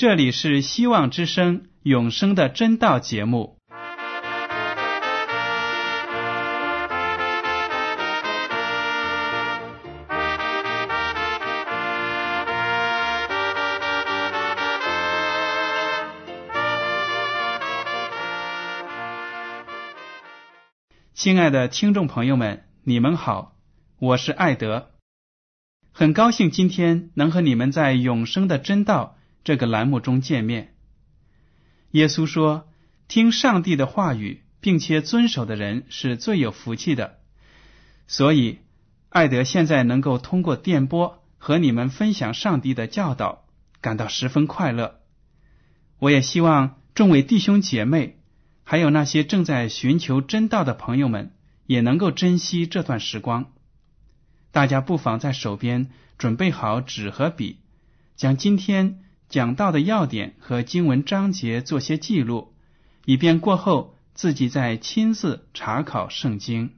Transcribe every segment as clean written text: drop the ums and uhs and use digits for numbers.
这里是希望之声永生的真道节目。亲爱的听众朋友们，你们好，我是艾德，很高兴今天能和你们在永生的真道这个栏目中见面。耶稣说，听上帝的话语并且遵守的人是最有福气的，所以艾德现在能够通过电波和你们分享上帝的教导，感到十分快乐。我也希望众位弟兄姐妹还有那些正在寻求真道的朋友们也能够珍惜这段时光。大家不妨在手边准备好纸和笔，将今天讲到的要点和经文章节做些记录，以便过后自己再亲自查考圣经。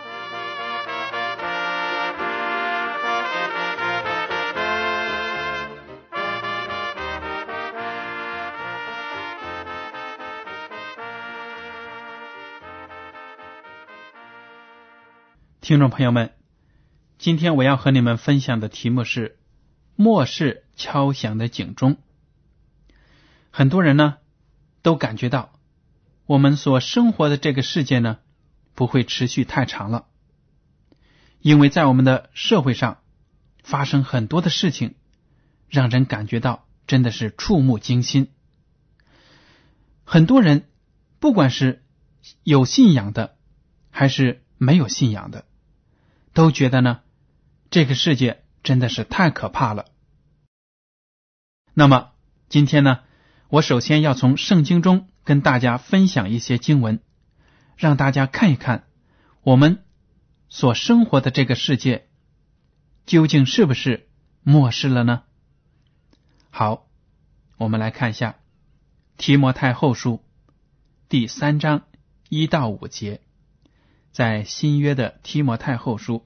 听众朋友们，今天我要和你们分享的题目是末世敲响的警钟。很多人呢都感觉到我们所生活的这个世界呢不会持续太长了，因为在我们的社会上发生很多的事情，让人感觉到真的是触目惊心。很多人不管是有信仰的还是没有信仰的，都觉得呢这个世界真的是太可怕了。那么今天呢，我首先要从圣经中跟大家分享一些经文，让大家看一看我们所生活的这个世界究竟是不是末世了呢？好，我们来看一下提摩太后书第3章1到5节，在新约的提摩太后书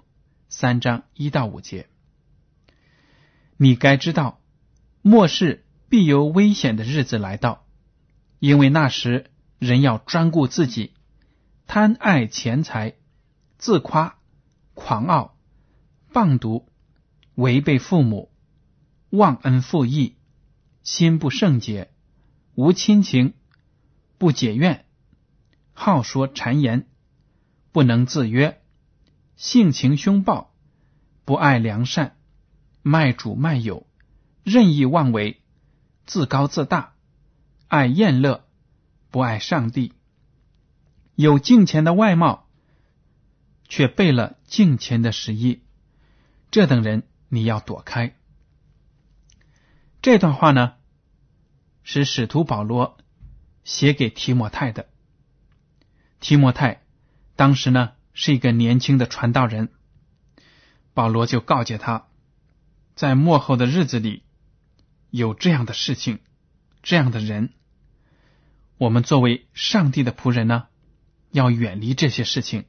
3章1到5节，你该知道，末世必有危险的日子来到，因为那时人要专顾自己，贪爱钱财，自夸，狂傲，谤毒，违背父母，忘恩负义，心不圣洁，无亲情，不解怨，好说谗言，不能自约，性情凶暴，不爱良善，卖主卖友，任意妄为，自高自大，爱宴乐，不爱上帝，有敬虔的外貌，却背了敬虔的实意，这等人你要躲开。这段话呢，是使徒保罗写给提摩太的。提摩太当时呢是一个年轻的传道人，保罗就告诫他，在末后的日子里有这样的事情，这样的人，我们作为上帝的仆人呢，要远离这些事情。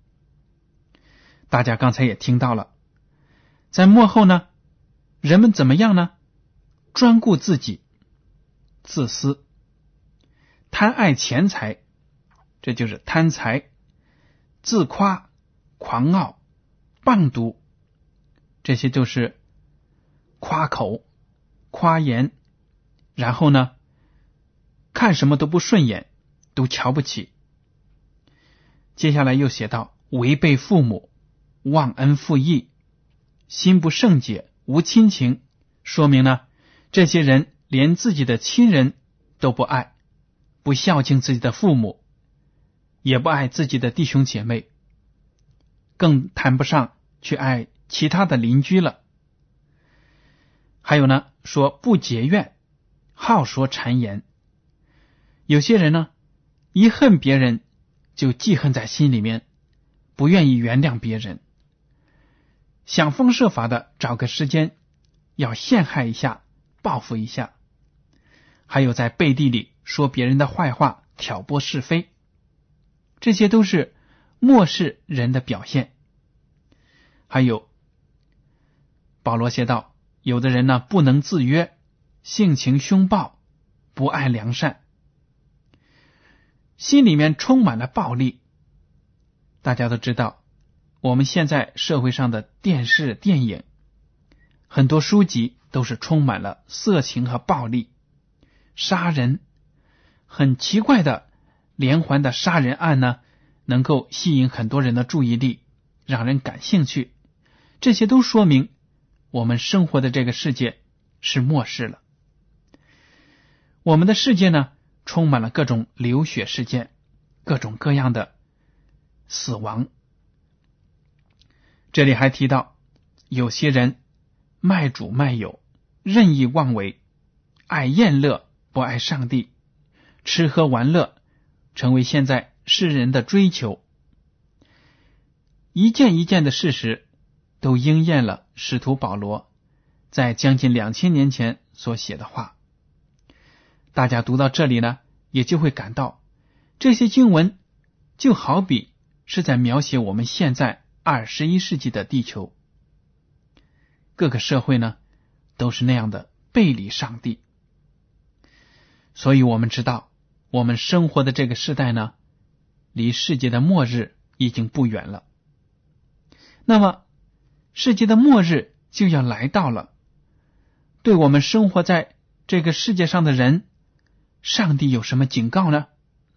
大家刚才也听到了，在末后呢，人们怎么样呢？专顾自己，自私，贪爱钱财，这就是贪财，自夸，狂傲，谤毒，这些就是夸口，夸言，然后呢，看什么都不顺眼，都瞧不起。接下来又写到违背父母，忘恩负义，心不圣洁，无亲情，说明呢，这些人连自己的亲人都不爱，不孝敬自己的父母，也不爱自己的弟兄姐妹，更谈不上去爱其他的邻居了。还有呢，说不结怨，好说谗言。有些人呢，一恨别人就记恨在心里面，不愿意原谅别人，想方设法的找个时间要陷害一下，报复一下。还有在背地里说别人的坏话，挑拨是非，这些都是漠视人的表现。还有保罗写道，有的人呢不能自约，性情凶暴， 不爱良善，心里面充满了暴力。大家都知道，我们现在社会上的电视、电影，很多书籍都是充满了色情和暴力、杀人。很奇怪的连环的杀人案呢，能够吸引很多人的注意力，让人感兴趣。这些都说明我们生活的这个世界是末世了。我们的世界呢，充满了各种流血事件，各种各样的死亡。这里还提到，有些人卖主卖友，任意妄为，爱宴乐，不爱上帝，吃喝玩乐成为现在世人的追求。一件一件的事实都应验了使徒保罗在将近2000年前所写的话。大家读到这里呢，也就会感到这些经文就好比是在描写我们现在21世纪的地球。各个社会呢，都是那样的背离上帝。所以我们知道，我们生活的这个时代呢，离世界的末日已经不远了。那么世界的末日就要来到了，对我们生活在这个世界上的人，上帝有什么警告呢？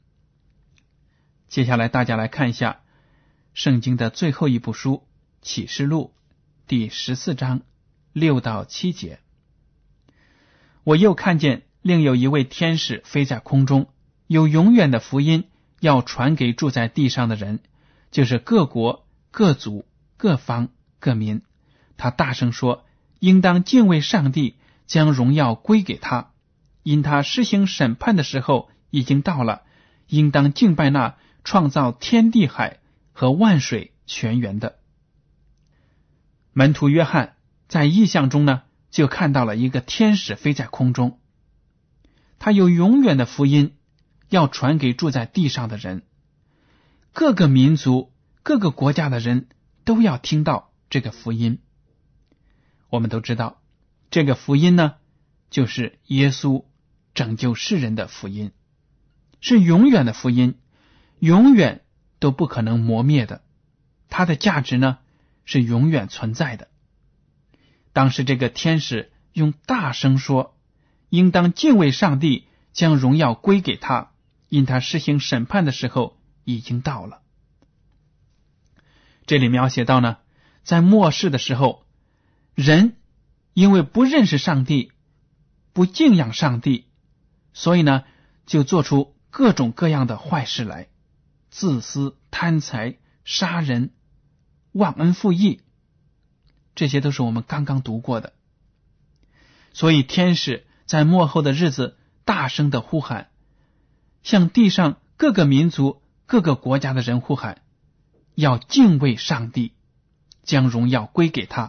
接下来大家来看一下圣经的最后一部书启示录第14章6到7节。我又看见另有一位天使飞在空中，有永远的福音要传给住在地上的人，就是各国、各族、各方、各民。他大声说，应当敬畏上帝，将荣耀归给他，因他施行审判的时候已经到了，应当敬拜那创造天地海和万水泉源的。门徒约翰在异象中呢，就看到了一个天使飞在空中，他有永远的福音要传给住在地上的人，各个民族、各个国家的人都要听到这个福音。我们都知道，这个福音呢，就是耶稣拯救世人的福音，是永远的福音，永远都不可能磨灭的，它的价值呢，是永远存在的。当时这个天使用大声说，应当敬畏上帝，将荣耀归给他，因他施行审判的时候已经到了。这里描写到呢，在末世的时候，人因为不认识上帝，不敬仰上帝，所以呢，就做出各种各样的坏事来，自私、贪财、杀人、忘恩负义，这些都是我们刚刚读过的。所以天使在末后的日子大声的呼喊，向地上各个民族、各个国家的人呼喊，要敬畏上帝，将荣耀归给他。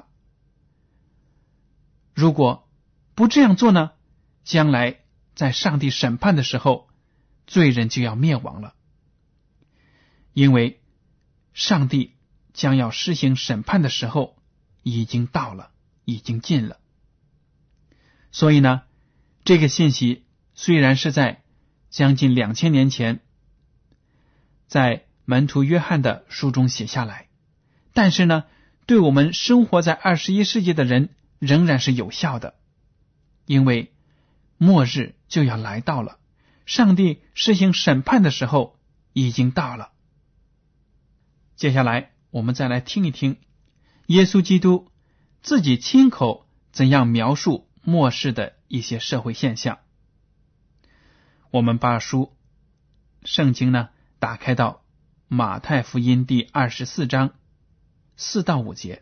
如果不这样做呢，将来在上帝审判的时候，罪人就要灭亡了。因为上帝将要施行审判的时候已经到了，已经近了。所以呢，这个信息虽然是在将近2000年前在门徒约翰的书中写下来，但是呢，对我们生活在21世纪的人仍然是有效的。因为末日就要来到了，上帝施行审判的时候已经到了。接下来我们再来听一听耶稣基督自己亲口怎样描述末世的一些社会现象。我们把圣经呢打开到马太福音第24章4到5节。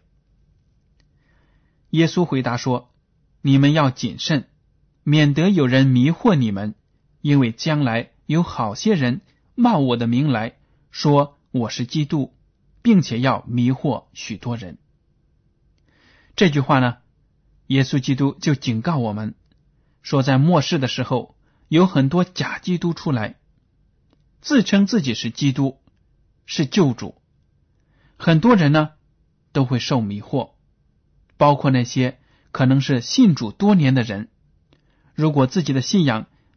耶稣回答说，你们要谨慎，免得有人迷惑你们，因为将来有好些人冒我的名来，说我是基督，并且要迷惑许多人。这句话呢，耶稣基督就警告我们说，在末世的时候有很多假基督出来，自称自己是基督，是救主。很多人呢都会受迷惑，包括那些可能是信主多年的人，如果自己的信仰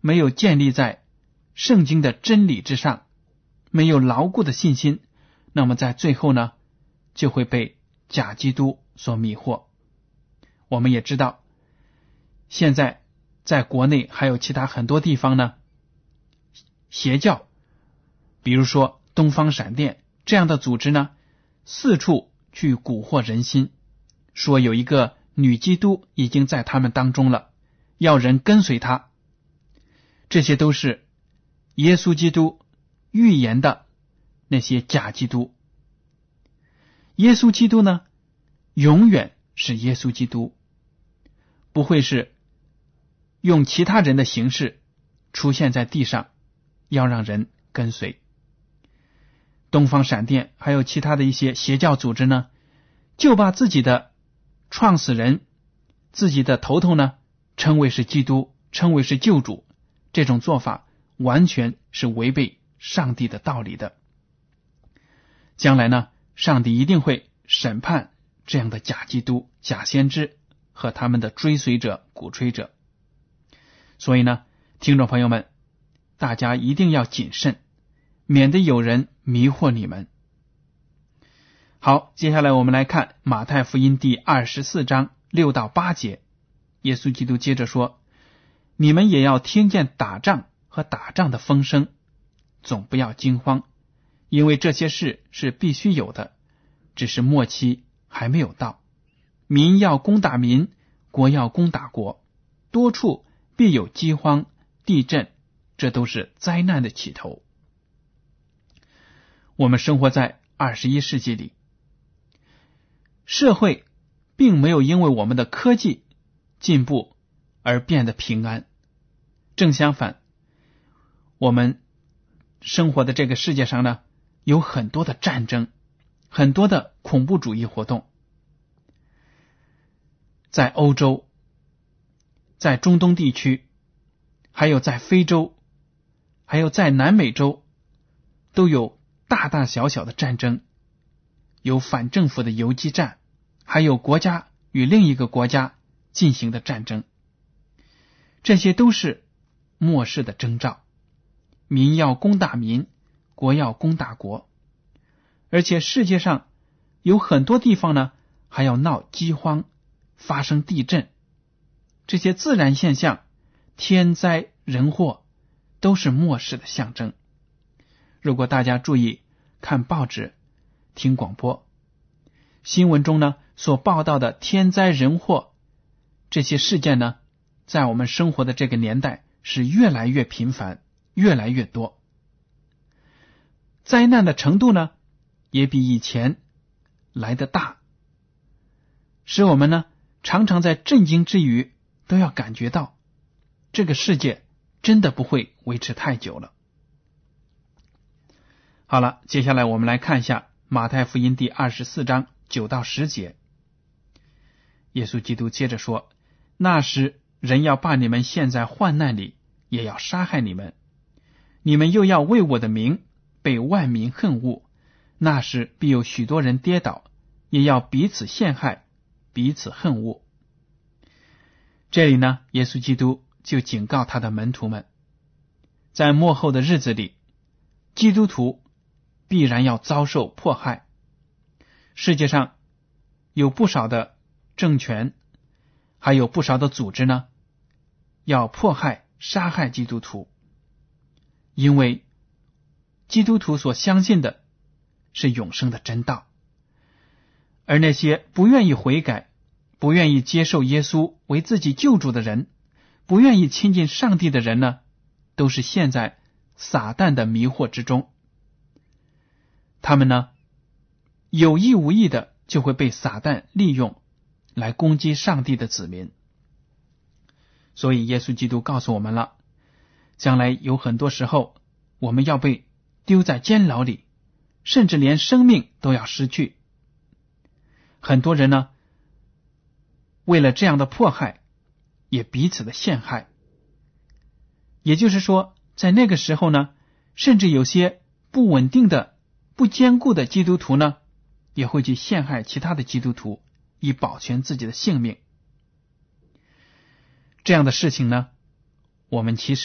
没有建立在圣经的真理之上，没有牢固的信心，那么在最后呢，就会被假基督所迷惑。我们也知道，现在在国内还有其他很多地方呢，邪教，比如说东方闪电这样的组织呢，四处去蛊惑人心，说有一个女基督已经在他们当中了，要人跟随他。这些都是耶稣基督预言的那些假基督。耶稣基督呢，永远是耶稣基督，不会是用其他人的形式出现在地上，要让人跟随。东方闪电还有其他的一些邪教组织呢，就把自己的创始人、自己的头头呢称为是基督，称为是救主，这种做法完全是违背上帝的道理的。将来呢，上帝一定会审判这样的假基督、假先知和他们的追随者、鼓吹者。所以呢，听众朋友们，大家一定要谨慎，免得有人迷惑你们。好，接下来我们来看马太福音第24章6到8节。耶稣基督接着说，你们也要听见打仗和打仗的风声，总不要惊慌，因为这些事是必须有的，只是末期还没有到。民要攻打民，国要攻打国，多处必有饥荒、地震，这都是灾难的起头。我们生活在21世纪里，社会并没有因为我们的科技进步而变得平安，正相反，我们生活的这个世界上呢，有很多的战争，很多的恐怖主义活动。在欧洲，在中东地区，还有在非洲，还有在南美洲，都有大大小小的战争，有反政府的游击战，还有国家与另一个国家进行的战争。这些都是末世的征兆，民要攻打民，国要攻打国。而且世界上有很多地方呢，还要闹饥荒，发生地震。这些自然现象，天灾人祸，都是末世的象征。如果大家注意看报纸、听广播，新闻中呢所报道的天灾人祸，这些事件呢，在我们生活的这个年代是越来越频繁，越来越多。灾难的程度呢，也比以前来得大，使我们呢常常在震惊之余都要感觉到，这个世界真的不会维持太久了。好了，接下来我们来看一下马太福音第24章9到10节。耶稣基督接着说，那时人要把你们陷在患难里，也要杀害你们，你们又要为我的名被万民恨恶，那时必有许多人跌倒，也要彼此陷害，彼此恨恶。这里呢，耶稣基督就警告他的门徒们，在末后的日子里，基督徒必然要遭受迫害。世界上有不少的政权，还有不少的组织呢，要迫害、杀害基督徒，因为基督徒所相信的是永生的真道，而那些不愿意悔改、不愿意接受耶稣为自己救主的人，不愿意亲近上帝的人呢，都是陷在撒旦的迷惑之中。他们呢，有意无意的就会被撒旦利用来攻击上帝的子民。所以耶稣基督告诉我们了，将来有很多时候我们要被丢在监牢里，甚至连生命都要失去。很多人呢，为了这样的迫害，也彼此的陷害。也就是说，在那个时候呢，甚至有些不稳定的、不坚固的基督徒呢，也会去陷害其他的基督徒，以保全自己的性命。这样的事情呢，我们其实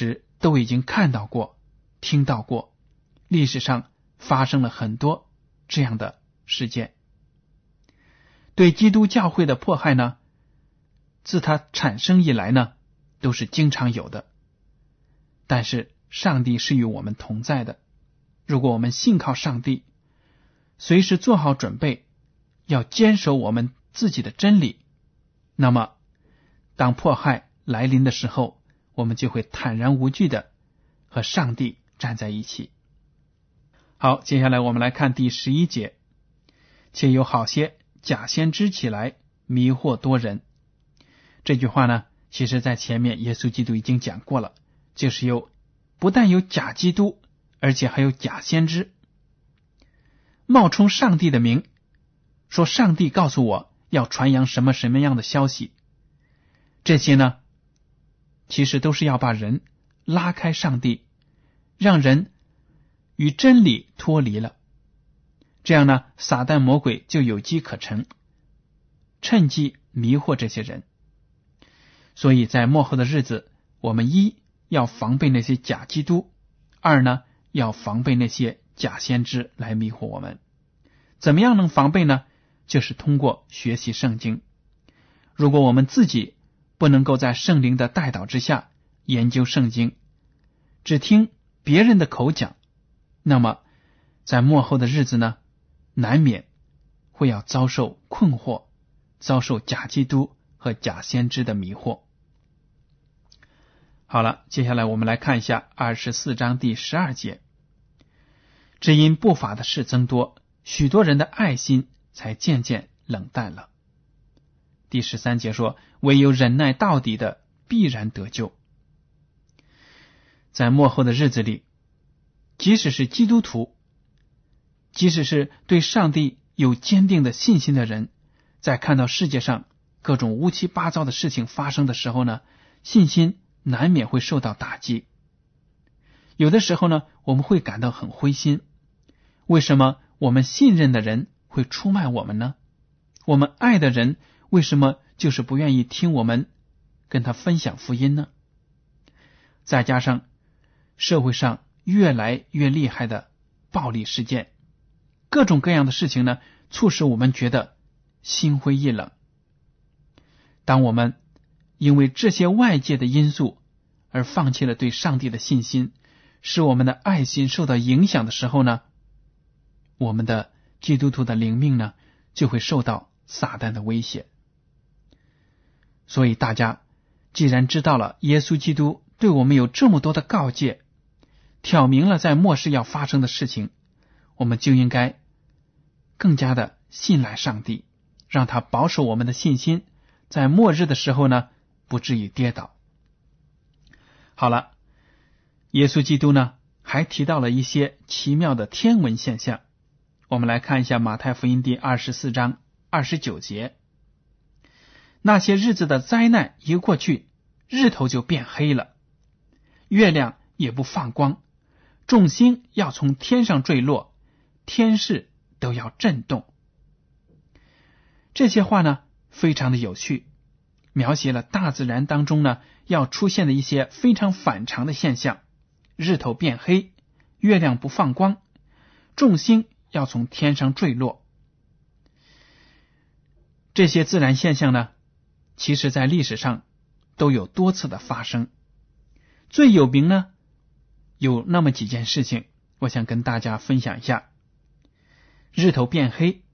都已经看到过、听到过，历史上发生了很多这样的事件。对基督教会的迫害呢，自它产生以来呢，都是经常有的。但是上帝是与我们同在的，如果我们信靠上帝，随时做好准备，要坚守我们自己的真理，那么当迫害来临的时候，我们就会坦然无惧的和上帝站在一起。好，接下来我们来看第11节，且有好些假先知起来迷惑多人。这句话呢，其实在前面耶稣基督已经讲过了，就是不但有假基督，而且还有假先知，冒充上帝的名，说上帝告诉我要传扬什么什么样的消息。这些呢，其实都是要把人拉开上帝，让人与真理脱离了。这样呢，撒旦魔鬼就有机可乘，趁机迷惑这些人。所以在末后的日子，我们一要防备那些假基督，二呢，要防备那些假先知来迷惑我们。怎么样能防备呢？就是通过学习圣经。如果我们自己不能够在圣灵的带导之下研究圣经，只听别人的口讲，那么在末后的日子呢，难免会要遭受困惑，遭受假基督和假先知的迷惑。好了，接下来我们来看一下24章第12节。只因不法的事增多，许多人的爱心才渐渐冷淡了。第13节说，唯有忍耐到底的必然得救。在末后的日子里，即使是基督徒，即使是对上帝有坚定的信心的人，在看到世界上各种乌七八糟的事情发生的时候呢，信心难免会受到打击。有的时候呢，我们会感到很灰心，为什么我们信任的人会出卖我们呢？我们爱的人为什么就是不愿意听我们跟他分享福音呢？再加上社会上越来越厉害的暴力事件，各种各样的事情呢，促使我们觉得心灰意冷。当我们因为这些外界的因素而放弃了对上帝的信心，使我们的爱心受到影响的时候呢，我们的基督徒的灵命呢，就会受到撒旦的威胁。所以大家既然知道了耶稣基督对我们有这么多的告诫，挑明了在末世要发生的事情，我们就应该更加的信赖上帝，让他保守我们的信心，在末日的时候呢，不至于跌倒。好了，耶稣基督呢，还提到了一些奇妙的天文现象。我们来看一下马太福音第24章29节。那些日子的灾难一过去，日头就变黑了，月亮也不放光，众星要从天上坠落，天势都要震动。这些话呢，非常的有趣，描写了大自然当中呢要出现的一些非常反常的现象。日头变黑，月亮不放光，众星要从天上坠落。这些自然现象呢，其实在历史上都有多次的发生。最有名呢，有那么几件事情，我想跟大家分享一下。日头变黑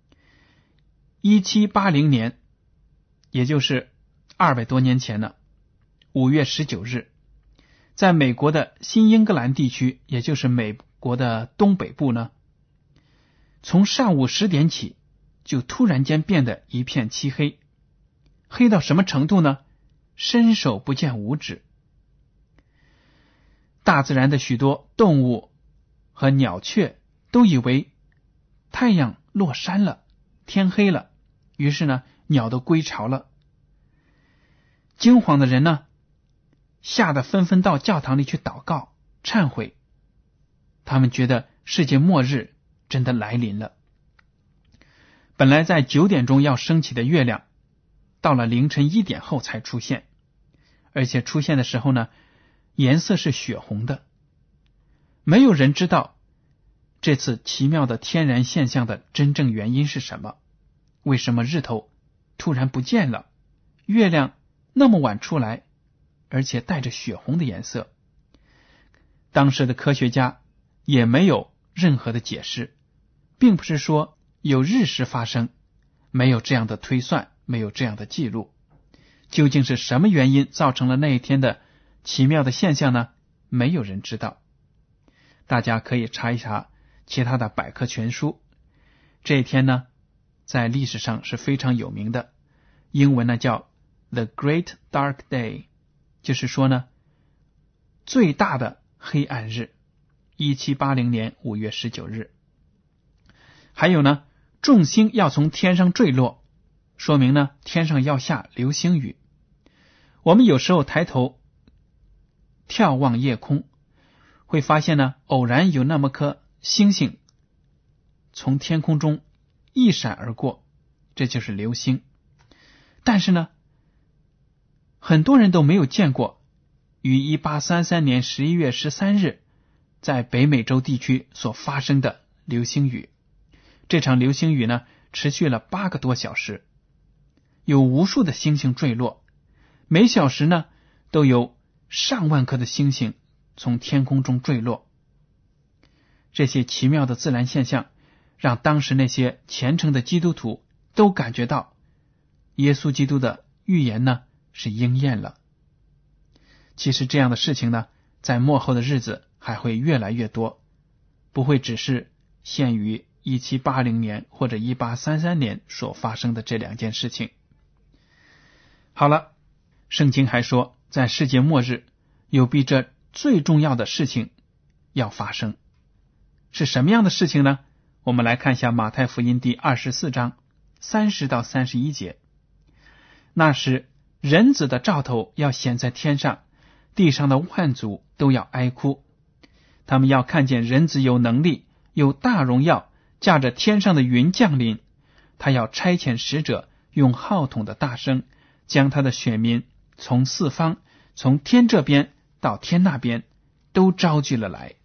，1780年，也就是200多年前呢，5月19日，在美国的新英格兰地区，也就是美国的东北部呢，从上午10点起，就突然间变得一片漆黑，黑到什么程度呢？伸手不见五指。大自然的许多动物和鸟雀都以为太阳落山了，天黑了，于是呢，鸟都归巢了。惊慌的人呢，吓得纷纷到教堂里去祷告忏悔，他们觉得世界末日真的来临了。本来在9点钟要升起的月亮，到了凌晨1点后才出现，而且出现的时候呢， 颜色是血红的。没有人知道这次奇妙的天然现象的真正原因是什么？为什么日头突然不见了，月亮那么晚出来，而且带着血红的颜色？当时的科学家也没有任何的解释，并不是说有日食发生，没有这样的推算，没有这样的记录。究竟是什么原因造成了那一天的奇妙的现象呢？没有人知道。大家可以查一查其他的百科全书。这一天呢，在历史上是非常有名的，英文呢叫 The Great Dark Day， 就是说呢，最大的黑暗日，1780年5月19日。还有呢，众星要从天上坠落，说明呢天上要下流星雨。我们有时候抬头眺望夜空，会发现呢，偶然有那么颗星星从天空中一闪而过，这就是流星。但是呢，很多人都没有见过于1833年11月13日在北美洲地区所发生的流星雨。这场流星雨呢，持续了8个多小时，有无数的星星坠落，每小时呢都有上万颗的星星从天空中坠落。这些奇妙的自然现象让当时那些虔诚的基督徒都感觉到耶稣基督的预言呢是应验了。其实这样的事情呢，在末后的日子还会越来越多，不会只是限于1780年或者1833年所发生的这2件事情。好了，圣经还说，在世界末日有比这最重要的事情要发生。是什么样的事情呢？我们来看一下马太福音第24章30到31节。那时，人子的兆头要显在天上，地上的万族都要哀哭。他们要看见人子有能力，有大荣耀，驾着天上的云降临。他要差遣使者，用号筒的大声，将他的选民从四方，从天这边到天那边，都招聚了来。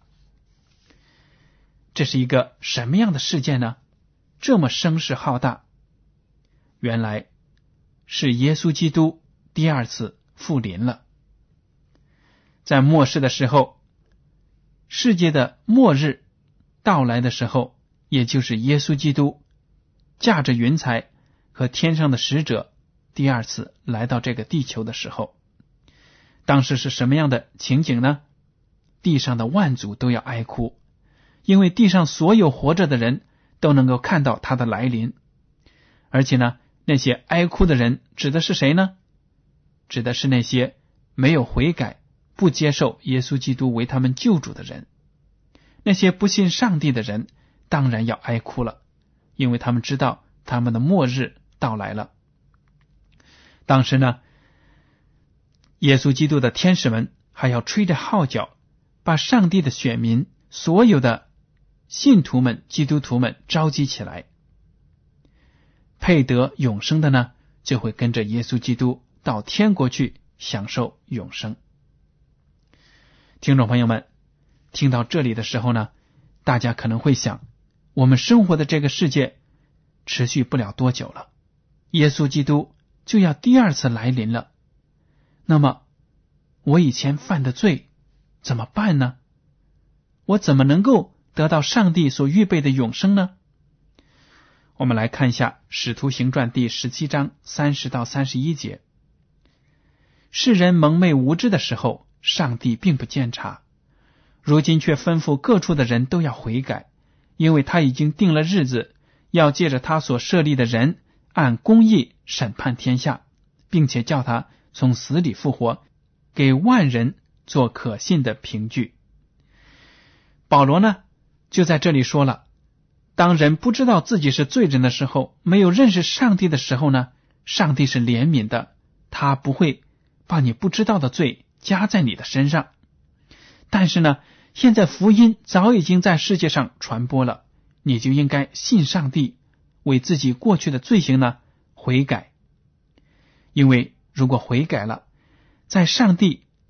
这是一个什么样的事件呢？这么声势浩大，原来是耶稣基督第2次复临了。在末世的时候，世界的末日到来的时候，也就是耶稣基督驾着云彩和天上的使者第2次来到这个地球的时候。当时是什么样的情景呢？地上的万族都要哀哭，因为地上所有活着的人都能够看到他的来临。而且呢，那些哀哭的人指的是谁呢？指的是那些没有悔改，不接受耶稣基督为他们救主的人。那些不信上帝的人当然要哀哭了，因为他们知道他们的末日到来了。当时呢，耶稣基督的天使们还要吹着号角，把上帝的选民，所有的信徒们、基督徒们召集起来。配得永生的呢，就会跟着耶稣基督到天国去享受永生。听众朋友们，听到这里的时候呢，大家可能会想，我们生活的这个世界持续不了多久了，耶稣基督就要第2次来临了。那么我以前犯的罪怎么办呢？我怎么能够得到上帝所预备的永生呢？我们来看一下《使徒行传》第17章30到31节。世人蒙昧无知的时候，上帝并不监察，如今却吩咐各处的人都要悔改，因为他已经定了日子，要借着他所设立的人按公义审判天下，并且叫他从死里复活，给万人做可信的凭据。保罗呢，就在这里说了，当人不知道自己是罪人的时候，没有认识上帝的时候呢，上帝是怜悯的，他不会把你不知道的罪加在你的身上。但是呢，现在福音早已经在世界上传播了，你就应该信上帝，为自己过去的罪行呢悔改。因为如果悔改了，在上帝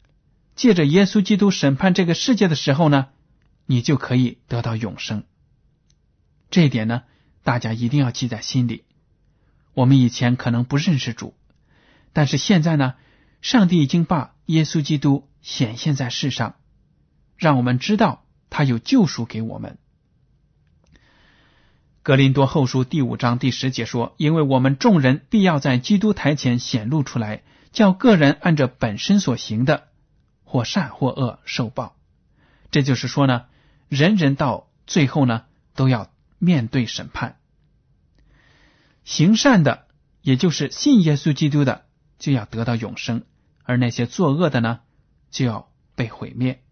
借着耶稣基督审判这个世界的时候呢，你就可以得到永生。这一点呢，大家一定要记在心里。我们以前可能不认识主，但是现在呢，上帝已经把耶稣基督显现在世上，让我们知道他有救赎给我们。哥林多后书第5章第10节说，因为我们众人必要在基督台前显露出来，叫个人按着本身所行的，或善或恶受报。这就是说呢，人人到最后呢，都要面对审判。行善的，也就是信耶稣基督的，就要得到永生，而那些作恶的呢，就要被毁灭。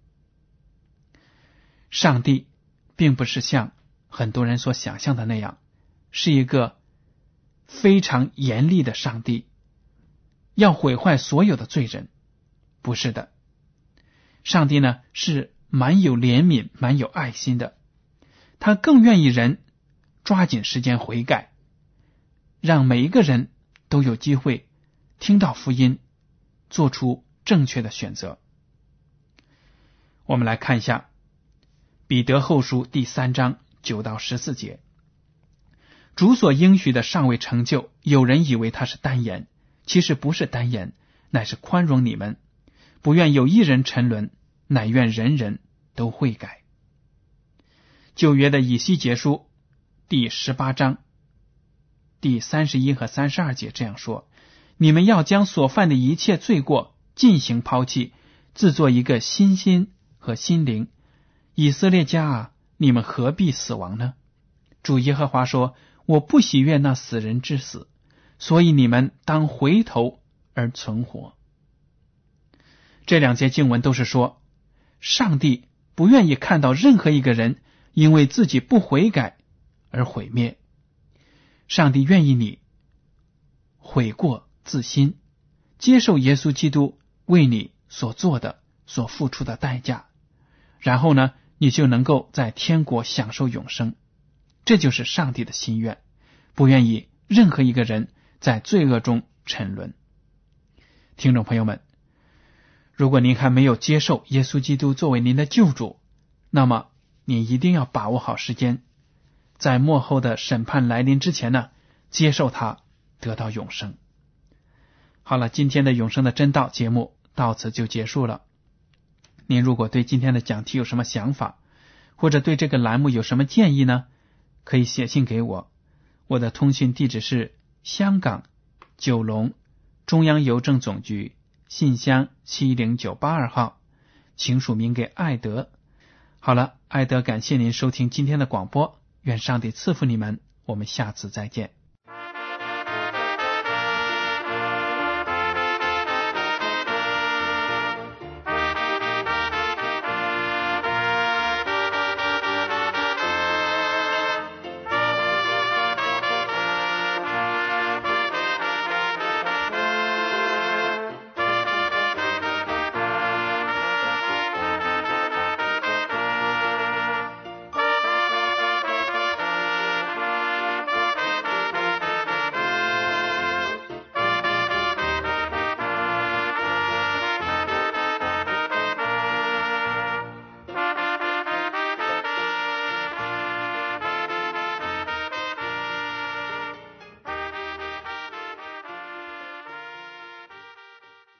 上帝并不是像很多人所想象的那样，是一个非常严厉的上帝，要毁坏所有的罪人。不是的，上帝呢，是蛮有怜悯、蛮有爱心的，他更愿意人抓紧时间悔改，让每一个人都有机会听到福音，做出正确的选择。我们来看一下彼得后书第3章9到14节。主所应许的尚未成就，有人以为他是单言，其实不是单言，乃是宽容你们，不愿有一人沉沦，乃愿人人都悔改。旧约的以西结书第18章第31和32节这样说，你们要将所犯的一切罪过尽行抛弃，自作一个新心和心灵。以色列家啊，你们何必死亡呢？主耶和华说，我不喜悦那死人之死，所以你们当回头而存活。这2节经文都是说，上帝不愿意看到任何一个人因为自己不悔改而毁灭。上帝愿意你悔过自新，接受耶稣基督为你所做的、所付出的代价，然后呢，你就能够在天国享受永生。这就是上帝的心愿，不愿意任何一个人在罪恶中沉沦。听众朋友们，如果您还没有接受耶稣基督作为您的救主，那么你一定要把握好时间，在末后的审判来临之前呢，接受他，得到永生。好了，今天的永生的真道节目到此就结束了。您如果对今天的讲题有什么想法，或者对这个栏目有什么建议呢，可以写信给我。我的通讯地址是香港九龙中央邮政总局信箱70982号，请署名给艾德。好了，艾德感谢您收听今天的广播，愿上帝赐福你们，我们下次再见。